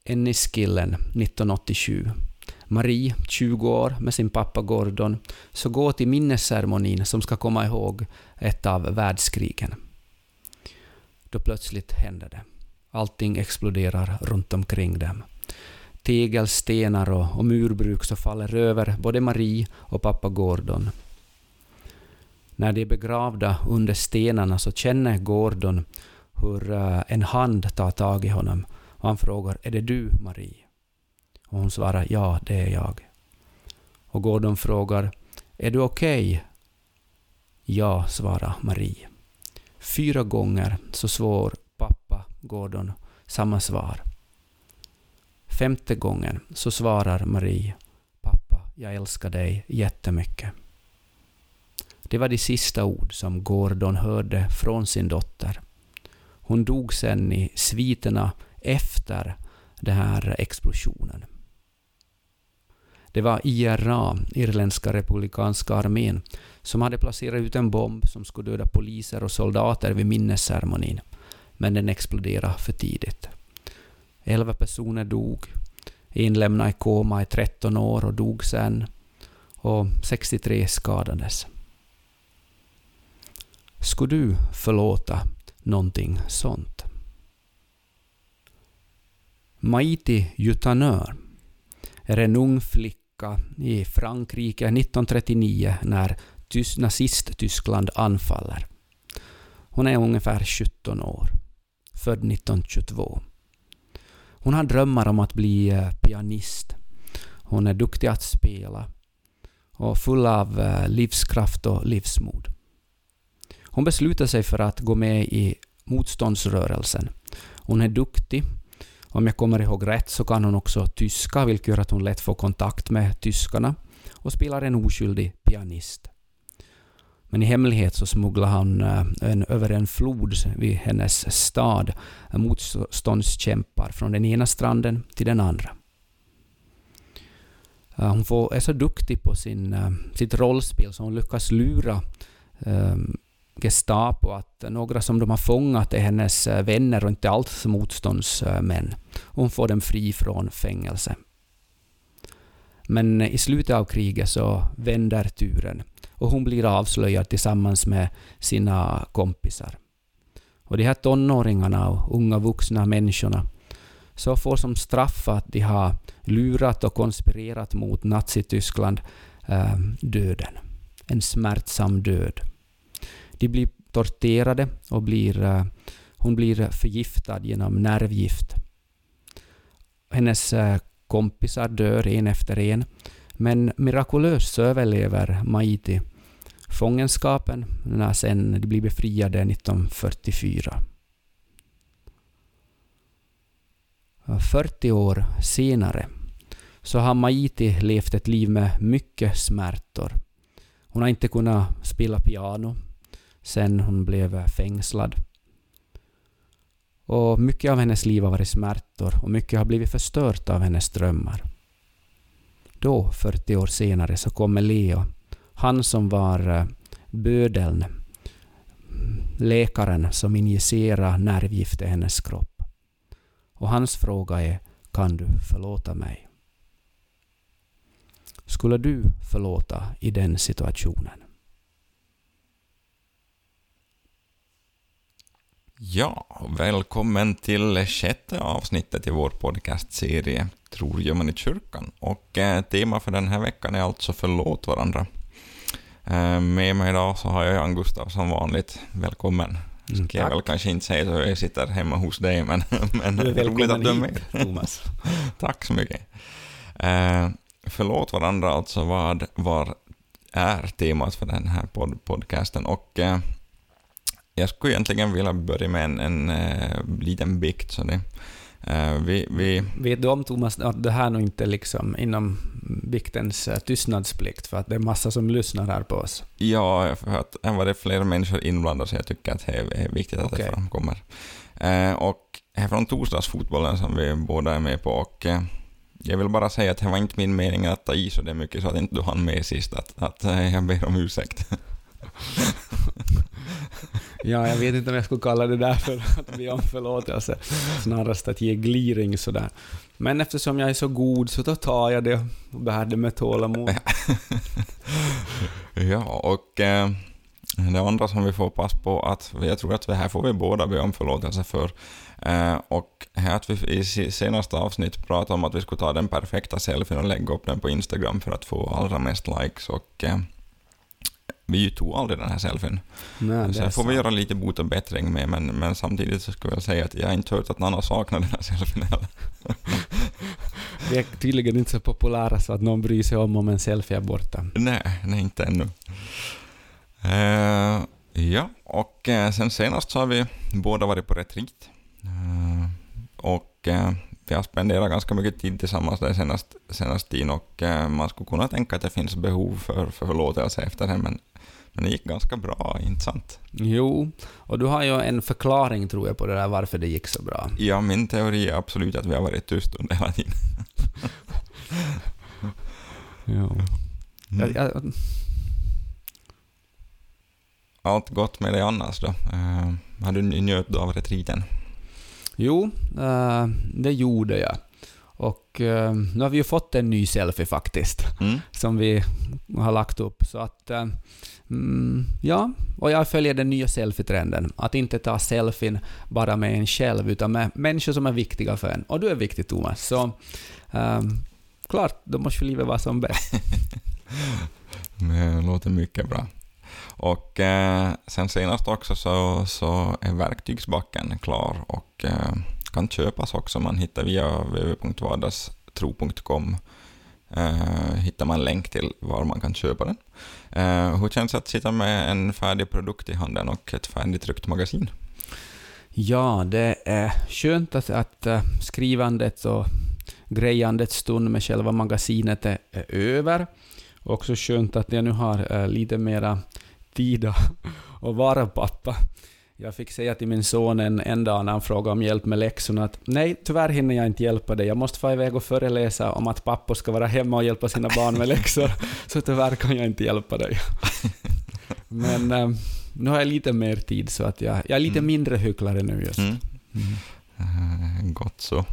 Enniskillen 1987. Marie, 20 år, med sin pappa Gordon, så går till minnesceremonin som ska komma ihåg ett av världskrigen. Då plötsligt händer det. Allting exploderar runt omkring dem. Tegelstenar och murbruk så faller över både Marie och pappa Gordon. När de är begravda under stenarna så känner Gordon hur en hand tar tag i honom och han frågar: är det du, Marie? Och hon svarar: ja, det är jag. Och Gordon frågar: är du okej? Ja, svarar Marie. 4 gånger så svår pappa Gordon samma svar. 5:e gången så svarar Marie: pappa, jag älskar dig jättemycket. Det var de sista ord som Gordon hörde från sin dotter. Hon dog sen i sviterna efter den här explosionen. Det var IRA, Irländska republikanska armén, som hade placerat ut en bomb som skulle döda poliser och soldater vid minnesceremonin. Men den exploderade för tidigt. 11 personer dog. En lämnade i koma i 13 år och dog sen. Och 63 skadades. Skulle du förlåta någonting sånt? Maïti Jutanör är en ung flicka i Frankrike 1939 när nazist-Tyskland anfaller. Hon är ungefär 17 år, född 1922. Hon har drömmar om att bli pianist. Hon är duktig att spela och full av livskraft och livsmod. Hon beslutar sig för att gå med i motståndsrörelsen. Hon är duktig. Om jag kommer ihåg rätt så kan hon också tyska, vilket gör att hon lätt får kontakt med tyskarna och spelar en oskyldig pianist. Men i hemlighet så smugglar han över en flod vid hennes stad motståndskämpar från den ena stranden till den andra. Hon är så duktig på sitt rollspel så hon lyckas lura Gestapo att några som de har fångat är hennes vänner och inte alls motståndsmän. Hon får dem fri från fängelse. Men i slutet av kriget så vänder turen och hon blir avslöjad tillsammans med sina kompisar. Och de här tonåringarna och unga vuxna människorna så får som straff att de har lurat och konspirerat mot Nazityskland döden. En smärtsam död. De blir torterade och hon blir förgiftad genom nervgift. Hennes kompisar dör en efter en, men mirakulöst så överlever Maïti fångenskapen när sen de blir befriade 1944. 40 år senare så har Maïti levt ett liv med mycket smärtor. Hon har inte kunnat spela piano sen hon blev fängslad. Och mycket av hennes liv har varit smärtor och mycket har blivit förstört av hennes drömmar. Då, 40 år senare, så kommer Leo. Han som var bödeln, läkaren som injicerar nervgift i hennes kropp. Och hans fråga är: kan du förlåta mig? Skulle du förlåta i den situationen? Ja, välkommen till 6:e avsnittet i vår podcastserie Tror gör man i kyrkan. Och tema för den här veckan är alltså förlåt varandra. Med mig idag så har jag Jan Gustav som vanligt. Välkommen. Ska jag väl kanske inte säga så jag sitter hemma hos dig, men du är roligt att du är med. Thomas. Tack så mycket. Förlåt varandra alltså, vad är temat för den här podcasten. Och jag skulle egentligen vilja börja med en liten bikt. Så det, Vet du om, Thomas, att det här nog inte liksom inom biktens tystnadsplikt, för att det är massa som lyssnar här på oss? Ja, för att här var det flera människor inblandade, så jag tycker att det är viktigt att det framkommer. Och här från torsdagsfotbollen som vi båda är med på, och jag vill bara säga att det var inte min mening att ta i så det är mycket så att inte du hann med sist, att jag ber om ursäkt. Ja, jag vet inte om jag skulle kalla det där för att be om förlåtelse. Snarast att ge gliring sådär. Men eftersom jag är så god så då tar jag det och bär det med tålamod. Ja, och det andra som vi får pass på att jag tror att det här får vi båda be om förlåtelse för. Och här att vi i senaste avsnitt pratade om att vi skulle ta den perfekta selfien och lägga upp den på Instagram för att få allra mest likes, och vi tog aldrig den här selfien. Nej, så här får vi göra lite bot och bättring med, men samtidigt så skulle jag säga att jag inte hört att någon har saknat den här selfien heller. Vi är tydligen inte så populära så att någon bryr sig om en selfie är borta. Nej, inte ännu. Ja, och sen senast så har vi båda varit på retreat. Och vi har spenderat ganska mycket tid tillsammans där senast tiden, och man skulle kunna tänka att det finns behov för förlåtelse efter det, men det gick ganska bra, inte sant? Jo, och du har ju en förklaring tror jag på det där varför det gick så bra. Ja, min teori är absolut att vi har varit tyst under hela tiden. Ja. Allt gott med dig annars då? Har du njöt av retreaten? Jo, det gjorde jag. Och nu har vi ju fått en ny selfie faktiskt, som vi har lagt upp. Så att, ja, och jag följer den nya selfie-trenden. Att inte ta selfien bara med en själv, utan med människor som är viktiga för en. Och du är viktig, Thomas. Så klart, då måste livet vara som bäst. Det låter mycket bra. Och sen senast också så är verktygsbacken klar och kan köpas också. Man hittar via www.vardagstro.com hittar man länk till var man kan köpa den. Hur känns det att sitta med en färdig produkt i handen och ett färdigtryckt magasin? Ja, det är skönt att skrivandet och grejandets stund med själva magasinet är över. Också skönt att jag nu har lite mera tid att vara pappa. Jag fick säga till min son en dag när han frågade om hjälp med läxorna att nej, tyvärr hinner jag inte hjälpa dig. Jag måste få iväg och föreläsa om att pappa ska vara hemma och hjälpa sina barn med läxor. Så tyvärr kan jag inte hjälpa dig. Men nu har jag lite mer tid så att jag är lite mindre hycklare nu just. Gott så.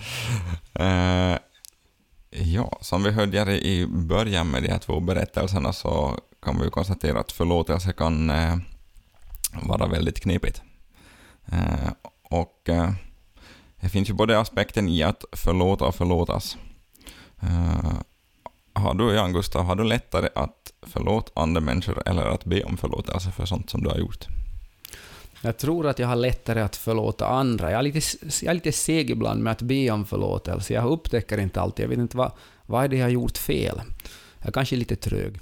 Ja, som vi hörde i början med de här två berättelserna så kan vi konstatera att förlåtelse kan vara väldigt knepigt. Och det finns ju både aspekten i att förlåta och förlåtas. Har du, Jan Gustav, har du lättare att förlåta andra människor eller att be om förlåtelse för sånt som du har gjort? Jag tror att jag har lättare att förlåta andra. Jag är lite seg ibland med att be om förlåtelse. Jag upptäcker inte alltid. Jag vet inte vad är det jag har gjort fel. Jag är kanske lite trög.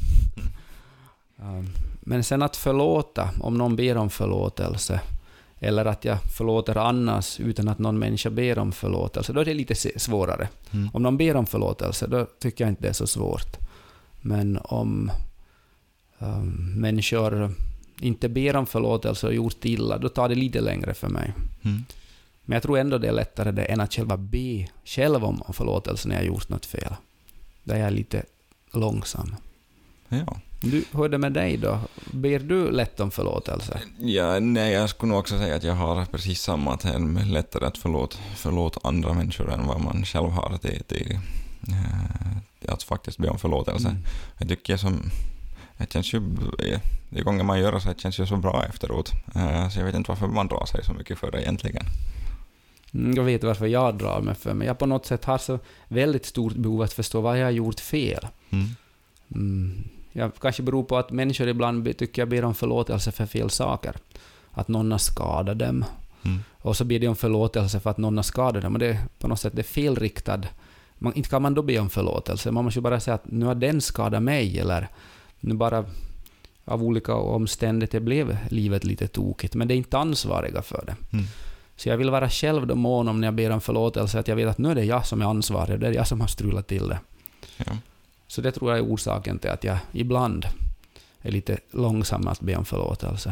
Men sen att förlåta, om någon ber om förlåtelse, eller att jag förlåter annars utan att någon människa ber om förlåtelse, då är det lite svårare. Om någon ber om förlåtelse, då tycker jag inte det är så svårt. Men om människor inte ber om förlåtelse och gjort illa, då tar det lite längre för mig. Men jag tror ändå det är lättare det än att be själv om förlåtelse när jag gjort något fel. Där är jag lite långsam. Ja. Hur är det med dig då? Ber du lätt om förlåtelse? Ja, nej, jag skulle nog också säga att jag har precis samma, att det är lättare att förlåta andra människor än vad man själv har till att faktiskt be om förlåtelse. Jag tycker det känns ju, de gånger man gör det så känns ju så bra efteråt. Så jag vet inte varför man drar sig så mycket för det egentligen. Jag vet varför jag drar mig för, men jag på något sätt har så väldigt stort behov att förstå vad jag har gjort fel. Jag kanske beror på att människor ibland tycker jag ber om förlåtelse för fel saker. Att någon har skadat dem. Och så ber de om förlåtelse för att någon har skadat dem. Och det på något sätt det är felriktad. Inte kan man då be om förlåtelse. Man måste ju bara säga att nu har den skadat mig. Eller nu bara av olika omständigheter blev livet lite tokigt. Men det är inte ansvariga för det. Så jag vill vara själv då mån om när jag ber om förlåtelse. Att jag vet att nu är det jag som är ansvarig. Det är jag som har strulat till det. Ja. Så det tror jag är orsaken till att jag ibland är lite långsam att be om förlåtelse.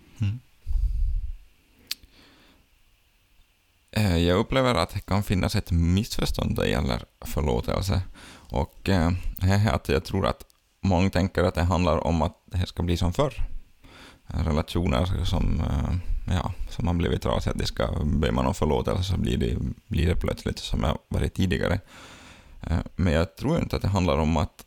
Jag upplever att det kan finnas ett missförstånd där gäller förlåtelse. Och att jag tror att många tänker att det handlar om att det ska bli som förr. relationer som har blivit trasiga, att det ska be man om förlåtelse så blir det plötsligt som jag varit tidigare. Men jag tror inte att det handlar om att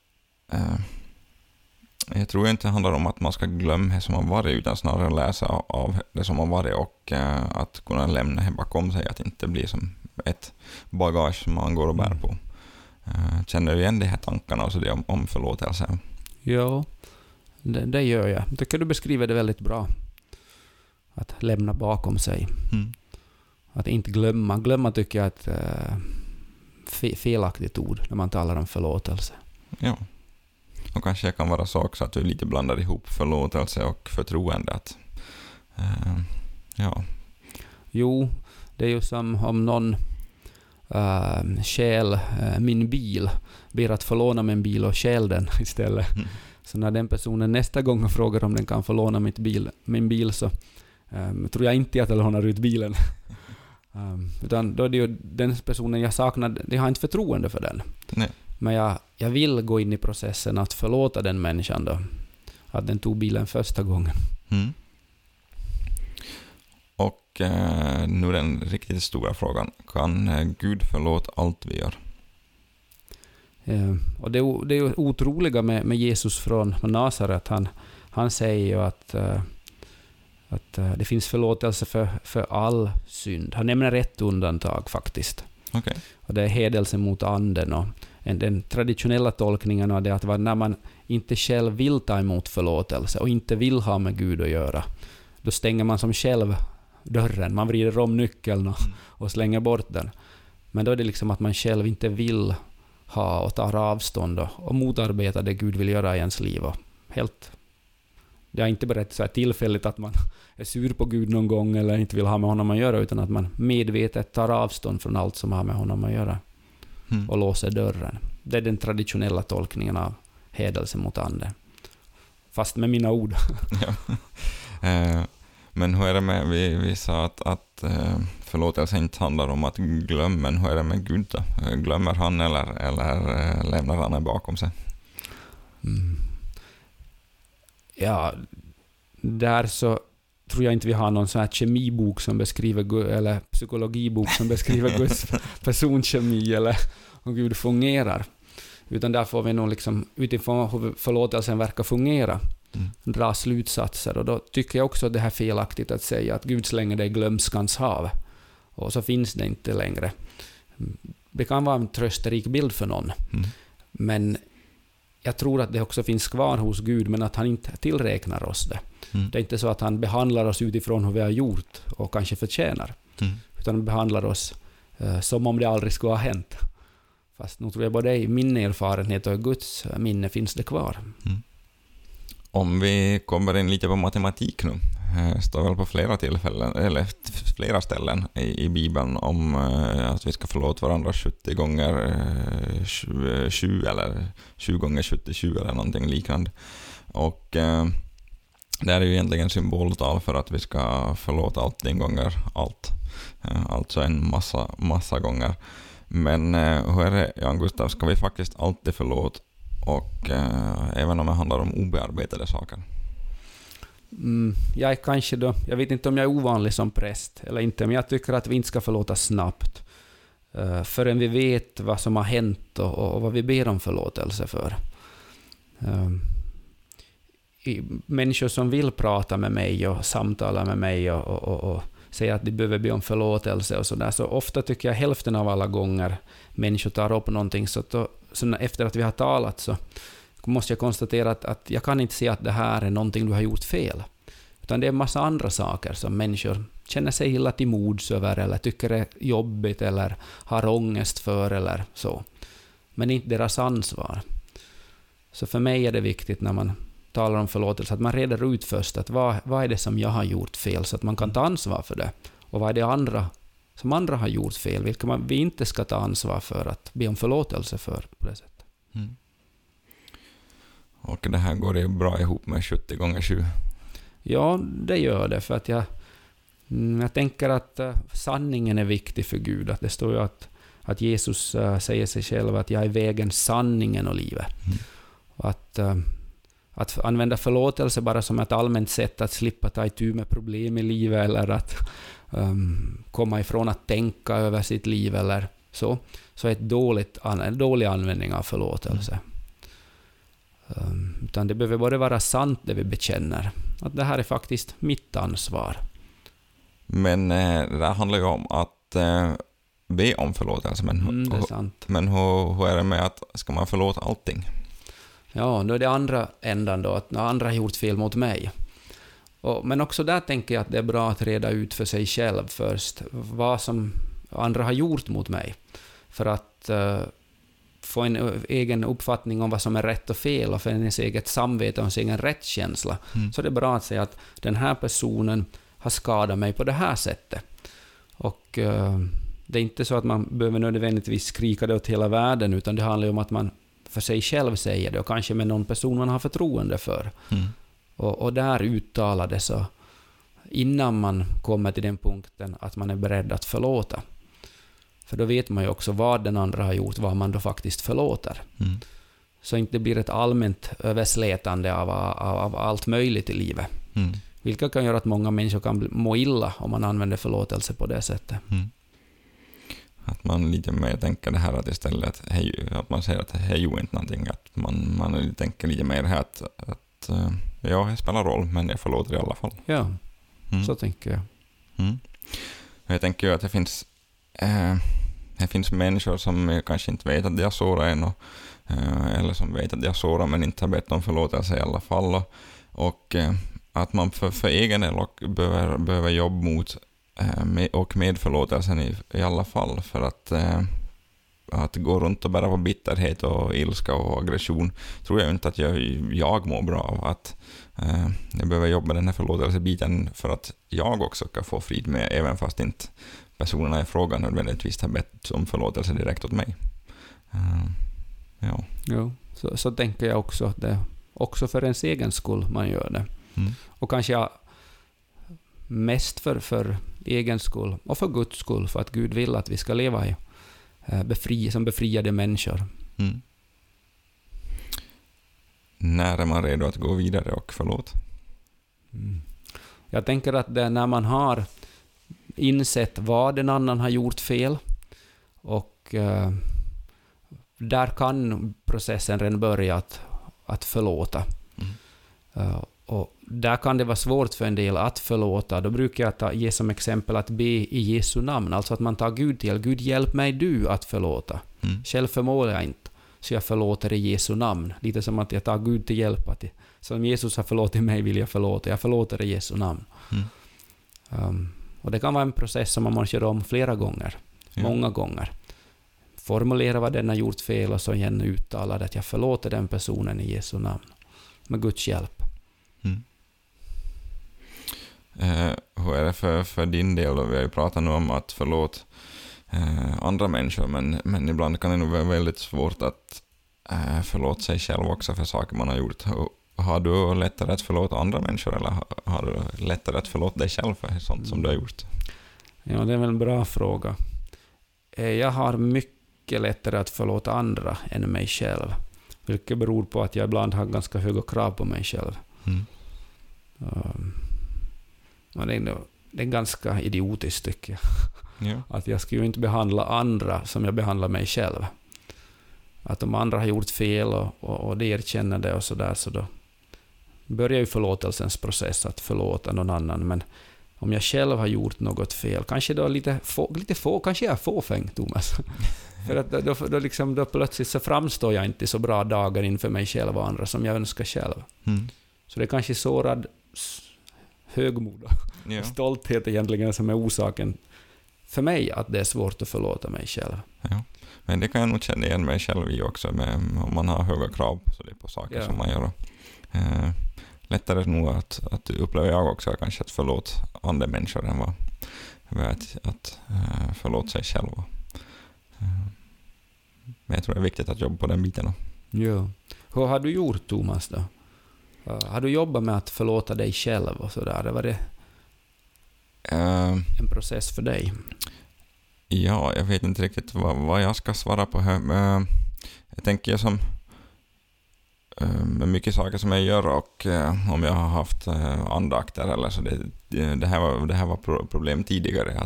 man ska glömma det som har varit, utan snarare läsa av det som har varit och att kunna lämna det bakom sig, att inte bli som ett bagage som man går och bär på. Känner du igen de här tankarna och så det om förlåtelse? Ja, det gör jag. Jag tycker du beskriver det väldigt bra. Att lämna bakom sig. Att inte glömma. Glömma tycker jag är ett felaktigt ord när man talar om förlåtelse. Ja. Och kanske kan vara så också att du lite blandar ihop förlåtelse och förtroende. Att, Jo, det är ju som om någon stjäl min bil, ber att få låna min bil och stjäl den istället. Så när den personen nästa gång frågar om den kan få låna min bil så tror jag inte att jag lånar ut bilen. Utan då är det ju den personen jag saknar, jag har inte förtroende för den. Nej. Men jag vill gå in i processen att förlåta den människan då. Att den tog bilen första gången. Och nu den riktigt stora frågan. Kan Gud förlåta allt vi gör? Och det är ju otroliga med Jesus från Nasaret. Han säger ju att det finns förlåtelse för all synd. Han nämner ett undantag faktiskt. Okay. Och det är hedelse mot anden. Och den traditionella tolkningen av det att när man inte själv vill ta emot förlåtelse och inte vill ha med Gud att göra, då stänger man som själv dörren. Man vrider om nyckeln och slänger bort den. Men då är det liksom att man själv inte vill ha och tar avstånd och motarbetar det Gud vill göra i ens liv. Och det är inte berättat så här tillfälligt att man är sur på Gud någon gång eller inte vill ha med honom att göra, utan att man medvetet tar avstånd från allt som har med honom att göra och låser dörren. Det är den traditionella tolkningen av hedelse mot anden. Fast med mina ord. Ja. Men hur är det med, vi sa att förlåtelse inte handlar om att glömma, men hur är det med Gud då? Glömmer han eller lämnar han det bakom sig? Ja, där så tror jag inte vi har någon sån här kemibok som beskriver, eller psykologibok som beskriver Guds personkemi eller hur Gud fungerar. Utan där får vi nog liksom utifrån hur förlåtelsen verkar fungera dra slutsatser. Och då tycker jag också att det här är felaktigt att säga att Gud slänger det i glömskans hav och så finns det inte längre. Det kan vara en trösterik bild för någon. Men jag tror att det också finns kvar hos Gud, men att han inte tillräknar oss det. Det är inte så att han behandlar oss utifrån hur vi har gjort och kanske förtjänar. Utan han behandlar oss som om det aldrig skulle ha hänt. Fast nu tror jag både i min erfarenhet och i Guds minne finns det kvar. Om vi kommer in lite på matematik nu. Står väl på flera tillfällen eller flera ställen i Bibeln om att vi ska förlåta varandra 70 gånger 7 eller 20 gånger 70 eller någonting liknande. Och det är ju egentligen symboltal för att vi ska förlåta allting gånger allt. Alltså en massa gånger. Men hur är det, Jan Gustav, ska vi faktiskt alltid förlåta och även om det handlar om obearbetade saker? Jag är kanske då, jag vet inte om jag är ovanlig som präst eller inte, men jag tycker att vi inte ska förlåta snabbt förrän vi vet vad som har hänt och vad vi ber om förlåtelse för. Människor som vill prata med mig och samtala med mig och säga att de behöver be om förlåtelse och sådär, så ofta tycker jag hälften av alla gånger människor tar upp någonting så efter att vi har talat så måste jag konstatera att jag kan inte se att det här är någonting du har gjort fel. Utan det är en massa andra saker som människor känner sig illa till mods över eller tycker är jobbigt eller har ångest för eller så. Men inte deras ansvar. Så för mig är det viktigt när man talar om förlåtelse att man reder ut först att vad är det som jag har gjort fel så att man kan ta ansvar för det. Och vad är det som andra har gjort fel, vilka vi inte ska ta ansvar för att be om förlåtelse för på det sättet. Och det här går ju bra ihop med 70 gånger 7. Ja, det gör det, för att jag tänker att sanningen är viktig för Gud. Att det står ju att Jesus säger sig själv att jag är vägen, sanningen och livet. Och att att använda förlåtelse bara som ett allmänt sätt att slippa ta itu med problem i livet eller att komma ifrån att tänka över sitt liv eller så är en dålig användning av förlåtelse. Utan det behöver bara vara sant det vi bekänner. Att det här är faktiskt mitt ansvar. Men det där handlar ju om att be om förlåtelse. Men, det är sant. Men hur är det med att ska man förlåta allting? Ja, då är det andra ändan då, att andra har gjort fel mot mig. Men också där tänker jag att det är bra att reda ut för sig själv först vad som andra har gjort mot mig. För att få en egen uppfattning om vad som är rätt och fel och för ens eget samvete och ens egen rättskänsla. Så det är bra att säga att den här personen har skadat mig på det här sättet. Och det är inte så att man behöver nödvändigtvis skrika det åt hela världen, utan det handlar om att man för sig själv säger det och kanske med någon person man har förtroende för. Och där uttalar det så innan man kommer till den punkten att man är beredd att förlåta. För då vet man ju också vad den andra har gjort, vad man då faktiskt förlåter. Så inte blir ett allmänt överslätande av allt möjligt i livet. Vilket kan göra att många människor kan må illa om man använder förlåtelse på det sättet. Att man lite mer tänker det här att istället att man säger att det är ju inte någonting, att man tänker lite mer här att ja, det spelar roll men jag förlåter i alla fall. Ja, så tänker jag. Jag tänker ju att det finns människor som kanske inte vet att de har sårat en eller som vet att de har sårat men inte har bett om förlåtelse i alla fall. Och att man för egen del behöver jobba mot och med förlåtelsen i alla fall, för att gå runt och bära på bitterhet och ilska och aggression tror jag inte att jag mår bra av. Att jag behöver jobba med den här förlåtelsebiten för att jag också ska få frid med, även fast inte personerna i frågan nödvändigtvis har bett om förlåtelse direkt åt mig. Ja. Jo, så tänker jag också att det också för ens egen skull man gör det. Och kanske mest för egen skull och för Guds skull, för att Gud vill att vi ska leva som befriade människor. När är man redo att gå vidare och förlåta? Jag tänker att det är när man har insett vad den annan har gjort fel, och där kan processen redan börja att förlåta. Och där kan det vara svårt för en del att förlåta. Då brukar jag ge som exempel att be i Jesu namn. Alltså att man tar Gud till. Gud, hjälp mig du att förlåta. Själv förmår jag inte. Så jag förlåter i Jesu namn. Lite som att jag tar Gud till hjälp. Som Jesus har förlåtit mig vill jag förlåta. Jag förlåter i Jesu namn. Och det kan vara en process som man måste göra om flera gånger. Många gånger. Formulera vad den har gjort fel och så igen uttala att jag förlåter den personen i Jesu namn. Med Guds hjälp. Hur är det för din del då? Vi har ju pratat nu om att förlåta andra människor, men ibland kan det nog vara väldigt svårt att förlåta sig själv också för saker man har gjort. Har du lättare att förlåta andra människor, eller har du lättare att förlåta dig själv för sånt som du har gjort? Ja, det är väl en bra fråga. Jag har mycket lättare att förlåta andra än mig själv. Vilket beror på att jag ibland har ganska höga krav på mig själv. Det är ganska idiotiskt tycker jag. Ja. Att jag skulle ju inte behandla andra som jag behandlar mig själv. Att om andra har gjort fel och det erkänner det och sådär, så då börjar ju förlåtelsens process att förlåta någon annan. Men om jag själv har gjort något fel, kanske då kanske jag är fåfäng, Thomas. För att då plötsligt så framstår jag inte så bra dagar inför mig själv och andra som jag önskar själv. Så det är kanske sårad högmod och stolthet egentligen som är orsaken för mig att det är svårt att förlåta mig själv. Ja. Men det kan jag nog känna igen mig själv i också, om man har höga krav så det är på saker som man gör. Lättare nog att uppleva jag också kanske att förlåta andra människor än vad att förlåta sig själv. Men jag tror det är viktigt att jobba på den biten. Ja. Hur har du gjort, Thomas, då? Har du jobbat med att förlåta dig själv och sådär? Var det en process för dig? Ja, jag vet inte riktigt vad jag ska svara på här. Jag tänker som med mycket saker som jag gör, och om jag har haft andakter eller så, det här var problem tidigare,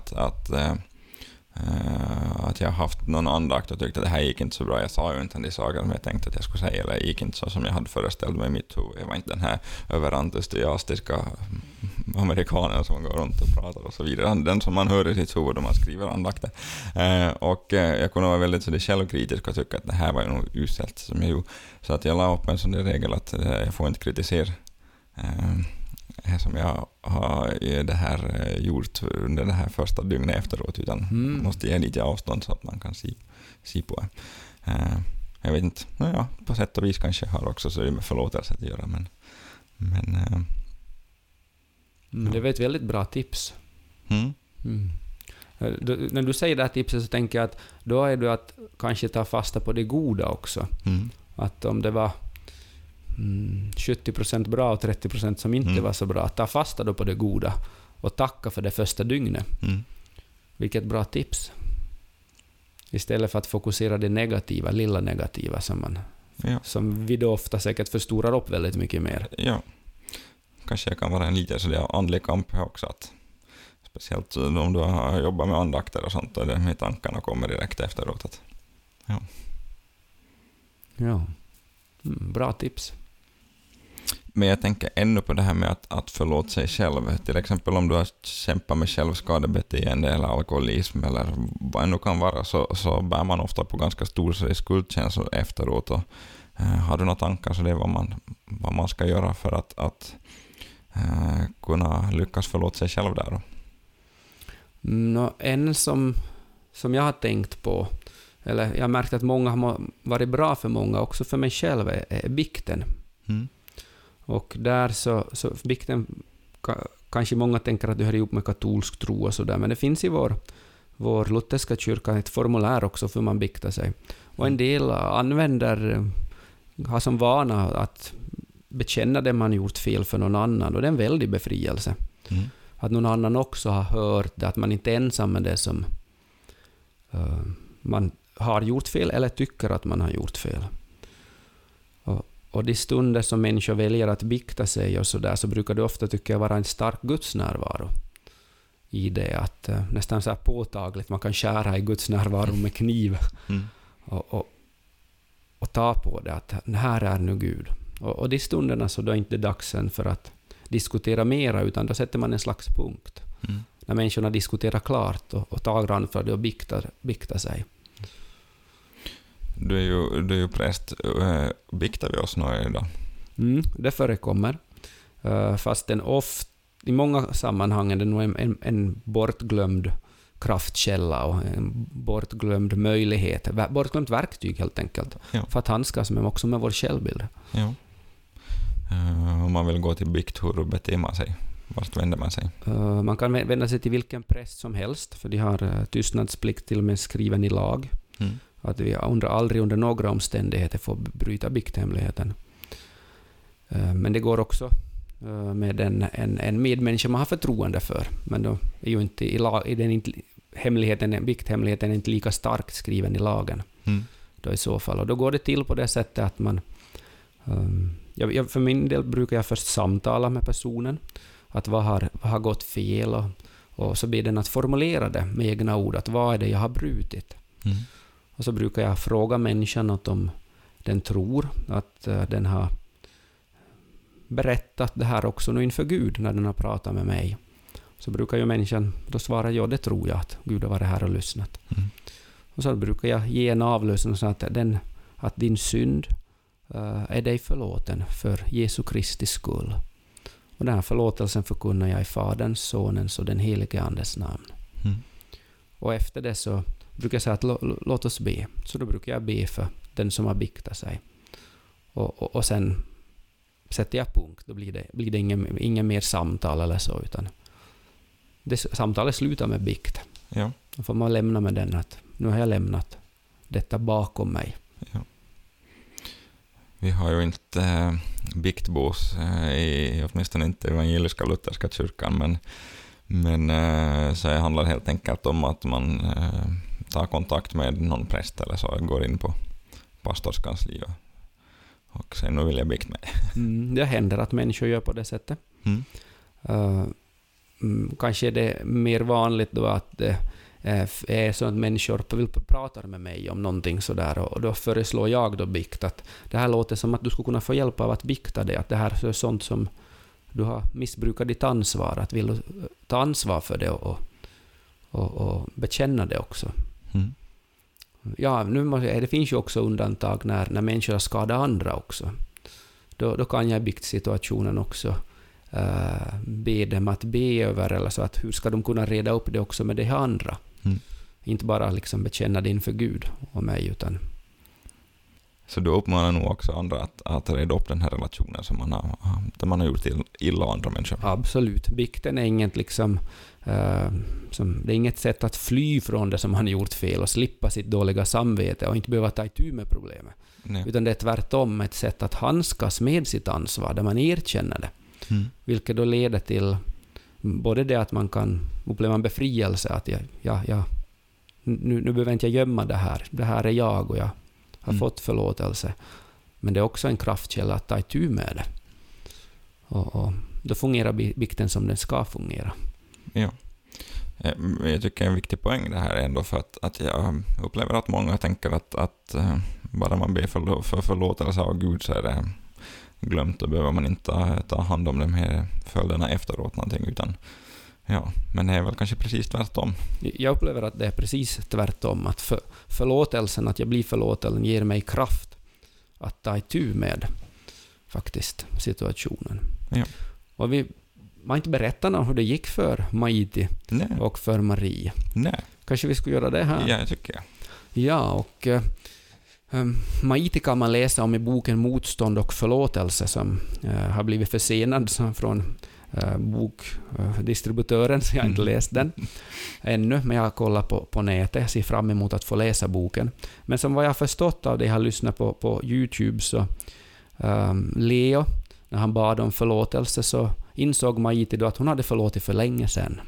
att jag har haft någon andakt och tyckte att det här gick inte så bra. Jag sa ju inte de saker som jag tänkte att jag skulle säga, eller gick inte så som jag hade föreställt mig i mitt huvud. Jag var inte den här överentusiastiska amerikanen som går runt och pratar och så vidare. Den som man hör i sitt huvud när man skriver andakter. Och jag kunde vara väldigt så självkritisk och tycka att det här var nog uselt som jag gjorde. Så att jag la upp en sån där regel att jag får inte kritisera som jag har det här gjort under det här första dygnet efteråt, utan måste ge lite avstånd så att man kan se på det. Jag vet inte, på sätt och vis kanske jag har också så det med förlåtelse att göra, men det var ett väldigt bra tips. När du säger det här tipset så tänker jag att då är det att kanske ta fasta på det goda också. Att om det var 70% bra och 30% som inte var så bra, ta fasta då på det goda och tacka för det första dygnet. Vilket bra tips. Istället för att fokusera det negativa, lilla negativa som vi då ofta säkert förstorar upp väldigt mycket mer. Ja, kanske jag kan vara en liten sådär andlig kamp också, att speciellt om du har jobbat med andakter och sånt, och det med tankarna kommer direkt efteråt. Bra tips. Men jag tänker ännu på det här med att förlåta sig själv. Till exempel om du har kämpat med självskadebeteende eller alkoholism eller vad det nu kan vara, så bär man ofta på ganska stor skuldkänslor efteråt. Och, har du några tankar så det är vad man ska göra för att kunna lyckas förlåta sig själv där då? En som jag har tänkt på, eller jag har märkt att många har varit bra för många, också för mig själv, är bikten. Och där så bikten, kanske många tänker att det hör ihop med katolsk tro och sådär, men det finns i vår lutherska kyrka ett formulär också för man biktar sig. Och en del har som vana att bekänna det man gjort fel för någon annan, och det är en väldig befrielse. Att någon annan också har hört det, att man inte är ensam med det som man har gjort fel eller tycker att man har gjort fel. Och de stunder som människor väljer att bikta sig och så där, så brukar det ofta, tycker jag, vara en stark Guds närvaro i det, att nästan så här påtagligt man kan skära i Guds närvaro med kniv och ta på det, att här är nu Gud. Och de stunderna så då är inte dags för att diskutera mera, utan då sätter man en slags punkt. När människorna diskuterar klart och tar an för det och biktar sig. Du är ju präst. Biktar vi oss några idag? Det förekommer. Fast i många sammanhang är det nog en bortglömd kraftkälla och en bortglömd möjlighet. Bortglömt verktyg helt enkelt. Ja. För att handskas också med vår självbild. Ja. Om man vill gå till bikt, hur beter man sig? Vart vänder man sig? Man kan vända sig till vilken präst som helst, för de har tystnadsplikt till och med skriven i lag. Att vi aldrig under några omständigheter får bryta bikthemligheten. Men det går också med en medmänniska man har förtroende för. Men då är ju inte bikthemligheten är inte lika starkt skriven i lagen. Då i så fall. Och då går det till på det sättet att man... för min del brukar jag först samtala med personen. Att vad har gått fel, och så blir den att formulera det med egna ord. Att vad är det jag har brutit? Och så brukar jag fråga människan att om den tror att den har berättat det här också nu inför Gud när den har pratat med mig. Så brukar ju människan då svara, ja, det tror jag att Gud har varit här och lyssnat. Och så brukar jag ge en avlösning så att din synd är dig förlåten för Jesu Kristi skull. Och den här förlåtelsen förkunnar jag i Faderns, Sonens och den helige Andes namn. Och efter det så brukar jag säga att låt oss be. Så då brukar jag be för den som har biktat sig. Och sen sätter jag punkt. Då blir det ingen mer samtal eller så, utan samtalet slutar med bikt. Ja. Då får man lämna med den att nu har jag lämnat detta bakom mig. Ja. Vi har ju inte biktbås åtminstone inte evangeliska lutherska kyrkan, men så det handlar helt enkelt om att man tar kontakt med någon präst eller så, går in på pastorskansliet och sen nu vill jag bikta mig. Det händer att människor gör på det sättet. Kanske är det mer vanligt då att det är så att människor vill prata med mig om någonting sådär, och då föreslår jag då bikt att det här låter som att du skulle kunna få hjälp av att bikta det, att det här är sånt som du har missbrukat ditt ansvar, att vill du ta ansvar för det och bekänna det också. Ja, det finns ju också undantag när människor skadar andra också. Då kan jag i biktsituationen också be dem att be över, eller så att hur ska de kunna reda upp det också med det andra. Inte bara liksom bekänna det inför Gud och mig, utan... Så du uppmanar nog också andra att reda upp den här relationen som man har gjort illa andra människor? Absolut. Bikten är inget liksom... det är inget sätt att fly från det som han gjort fel och slippa sitt dåliga samvete och inte behöva ta itu med problemet. Nej. Utan det är tvärtom ett sätt att handskas med sitt ansvar där man erkänner det. Vilket då leder till både det att man kan uppleva en befrielse, att nu behöver inte jag gömma det här är jag och jag har fått förlåtelse. Men det är också en kraftkälla att ta itu med det. Och då fungerar bikten som den ska fungera. Ja. Jag tycker en viktig poäng det här ändå, för att jag upplever att många tänker att bara man ber för förlåtelse av Gud så är det glömt, då behöver man inte ta hand om de här följderna efteråt någonting, utan men det är väl kanske precis tvärtom. Jag upplever att det är precis tvärtom, att förlåtelsen, att jag blir förlåten, ger mig kraft att ta itu med faktiskt situationen. Ja. Och man har inte berättat om hur det gick för Maiti och för Marie. Nej. Kanske vi skulle göra det här? Ja, jag tycker jag. Ja, och Maiti kan man läsa om i boken Motstånd och förlåtelse, som har blivit försenad från bokdistributören, så jag har inte läst den ännu, men jag har kollat på nätet. Jag ser fram emot att få läsa boken. Men som vad jag har förstått av det jag har lyssnat på YouTube, så Leo, när han bad om förlåtelse, så insåg Maiti då att hon hade förlåtit för länge sedan.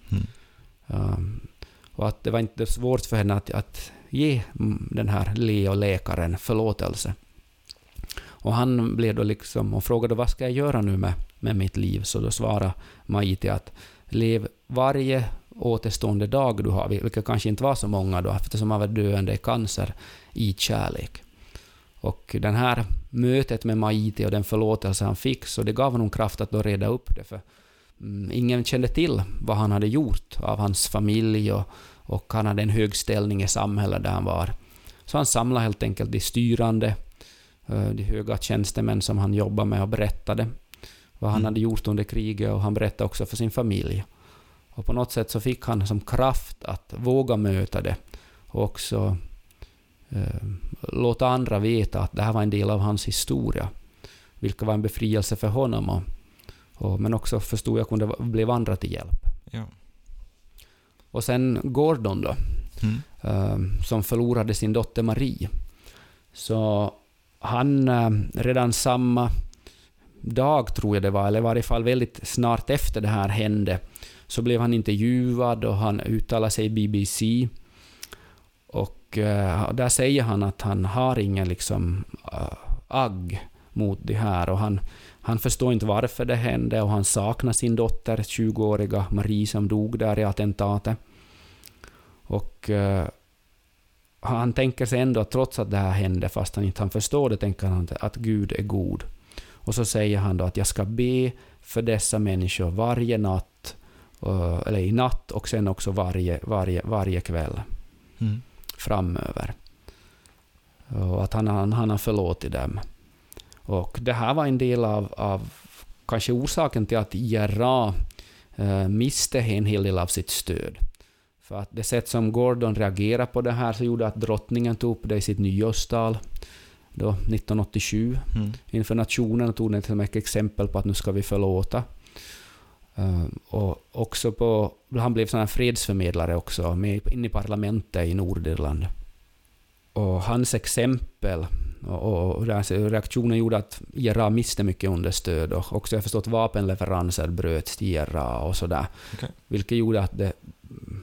Och att det var inte svårt för henne att ge den här Leo-läkaren förlåtelse. Och han blev då liksom och frågade, vad ska jag göra nu med mitt liv? Så då svarade Maiti att lev varje återstående dag du har, vilket kanske inte var så många då, eftersom han var döende i cancer, i kärlek. Och den här mötet med Maiti och den förlåtelse han fick, så det gav honom kraft att då reda upp det, för ingen kände till vad han hade gjort av hans familj, och han hade en hög ställning i samhället där han var. Så han samlade helt enkelt de styrande, de höga tjänstemän som han jobbade med, och berättade vad han hade gjort under kriget, och han berättade också för sin familj. Och på något sätt så fick han som kraft att våga möta det, och också låta andra veta att det här var en del av hans historia, vilket var en befrielse för honom, men också förstod jag kunde bli andra till hjälp. Ja. Och sen Gordon då, som förlorade sin dotter Marie. Så han redan samma dag, tror jag det var, eller i varje fall väldigt snart efter det här hände, så blev han intervjuad och han uttalade sig i BBC. Och där säger han att han har ingen liksom agg mot det här, och han förstår inte varför det hände, och han saknar sin dotter, 20-åriga Marie, som dog där i attentatet. Och han tänker sig ändå att trots att det här hände, fast han inte förstår det, tänker han att Gud är god. Och så säger han då att jag ska be för dessa människor varje natt, eller i natt, och sen också varje kväll framöver. Och att han har förlåtit dem. Och det här var en del av kanske orsaken till att IRA miste en hel del av sitt stöd. För att det sätt som Gordon reagerade på det här, så gjorde att drottningen tog upp det i sitt nyårstal då 1987 inför nationen, och tog det som ett exempel på att nu ska vi förlåta. Och också han blev sån här fredsförmedlare också, med in i parlamentet i Nordirland. Och hans exempel och reaktionen gjorde att IRA miste mycket understöd, och också jag förstått vapenleveranser bröts till IRA och sådär. Okay. Vilket gjorde att det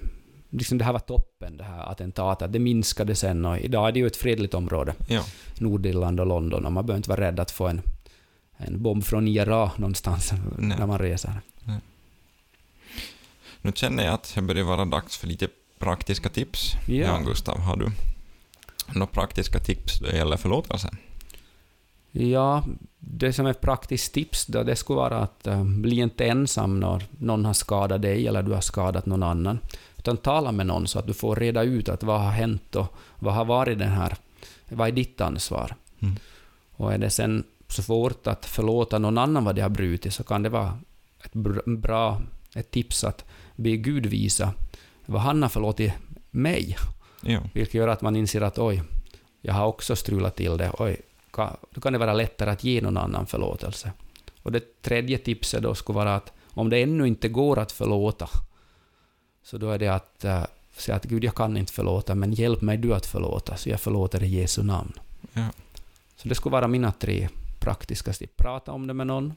liksom det här var toppen, det här attentatet. Det minskade sen och idag är det ju ett fredligt område. Ja. Nordirland och London, och man behöver inte vara rädd att få en bomb från IRA någonstans när man reser. Nej. Nu känner jag att det börjar vara dags för lite praktiska tips. Jan Gustav, har du några praktiska tips då det gäller förlåtelse? Ja, det som är praktiskt tips då, det skulle vara att bli inte ensam när någon har skadat dig eller du har skadat någon annan. Utan tala med någon så att du får reda ut att vad har hänt och vad har varit vad är ditt ansvar. Och är det sen så svårt att förlåta någon annan vad de har brutit, så kan det vara ett tips att be Gud visa vad han har förlåtit mig. Ja. Vilket gör att man inser att oj, jag har också strulat till det. Oj, då kan det vara lättare att ge någon annan förlåtelse. Och det tredje tipset då skulle vara att om det ännu inte går att förlåta, så då är det att säga att Gud, jag kan inte förlåta, men hjälp mig du att förlåta, så jag förlåter i Jesu namn. Ja. Så det skulle vara mina 3 praktiska steg. Prata om det med någon.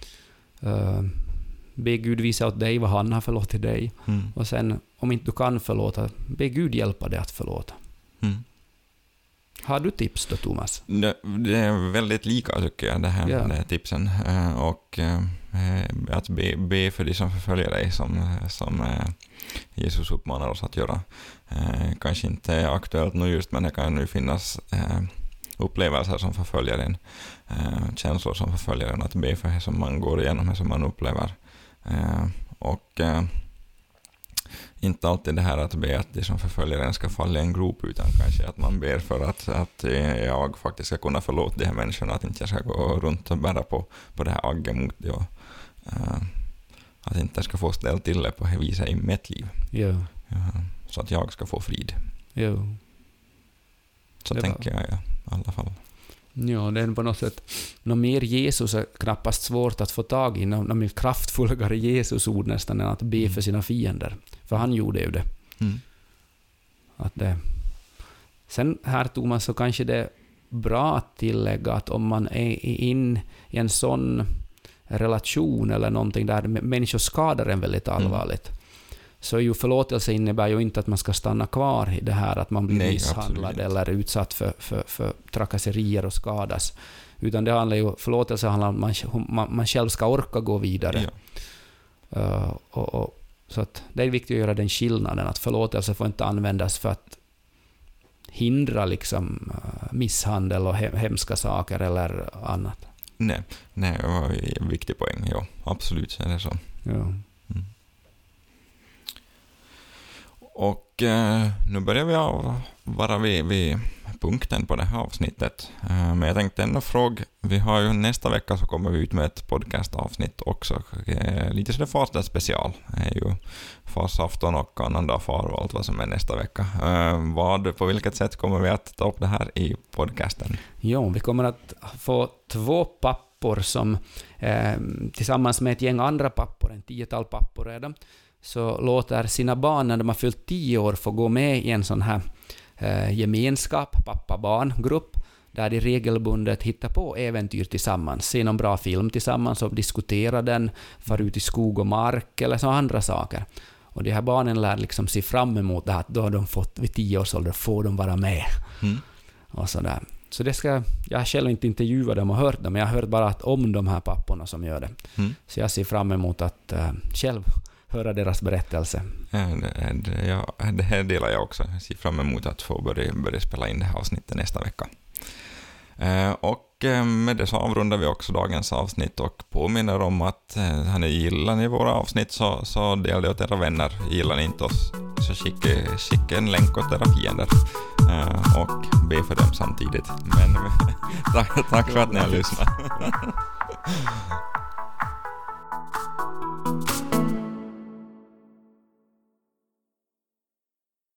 Be Gud visa åt dig vad han har förlåtit dig. Och sen, om inte du kan förlåta, be Gud hjälpa dig att förlåta. Har du tips då, Thomas? Det är väldigt lika, tycker jag, det här tipsen. Och att be för de som förföljer dig, som Jesus uppmanar oss att göra. Kanske inte är aktuellt nu just, men det kan nu finnas upplevelser som förföljer en, känslor som förföljer en, att be för det som man går igenom, det som man upplever. Och inte alltid det här att be att de som förföljer en ska falla i en grop, utan kanske att man ber för att jag faktiskt ska kunna förlåta de här människorna, att inte jag ska gå runt och bära på det här agget mot det, och att inte jag ska få ställa till det på det viset i mitt liv. Ja. Så att jag ska få frid. Ja. Så det tänker jag i alla fall. Ja, det är på något sätt något mer Jesus är knappast svårt att få tag i, något mer kraftfullare Jesus ord nästan än att be för sina fiender. För han gjorde ju det. Sen här, Thomas, så kanske det är bra att tillägga att om man är in i en sån relation eller någonting där människor skadar en väldigt allvarligt, så ju förlåtelse innebär ju inte att man ska stanna kvar i det här att man blir misshandlad eller utsatt för trakasserier och skadas. Utan det handlar ju, förlåtelse handlar om att man själv ska orka gå vidare. Ja. Så att det är viktigt att göra den skillnaden, att förlåtelse får inte användas för att hindra liksom misshandel och hemska saker eller annat. Nej, det var en viktig poäng. Ja, absolut, är det så. Ja. Och nu börjar vi vara vid punkten på det här avsnittet. Men jag tänkte ändå fråga, vi har ju nästa vecka så kommer vi ut med ett podcastavsnitt också. Lite sådär farsdag special. Det är ju farsafton och annandag far och allt vad som är nästa vecka. På vilket sätt kommer vi att ta upp det här i podcasten? Jo, vi kommer att få 2 pappor som tillsammans med ett gäng andra pappor, 10-tal pappor redan, så låter sina barn när de har fyllt 10 år få gå med i en sån här gemenskap, pappa-barn-grupp, där de regelbundet hittar på äventyr tillsammans, ser någon bra film tillsammans och diskuterar den, far ut i skog och mark eller så andra saker. Och de här barnen lär liksom se fram emot det här, att då har de fått, vid 10 års ålder får de vara med. Och sådär. Så det jag har själv inte intervjuat dem och hört dem, men jag har hört bara om de här papporna som gör det. Så jag ser fram emot att själv höra deras berättelse. Det här delar jag också. Jag ser fram emot att få börja spela in det här avsnittet nästa vecka. Och med det så avrundar vi också dagens avsnitt och påminner om att gillar ni våra avsnitt så dela det åt era vänner. Gillar ni inte oss så skicka en länk åt era fiender och be för dem samtidigt. Men tack för att ni har lyssnat.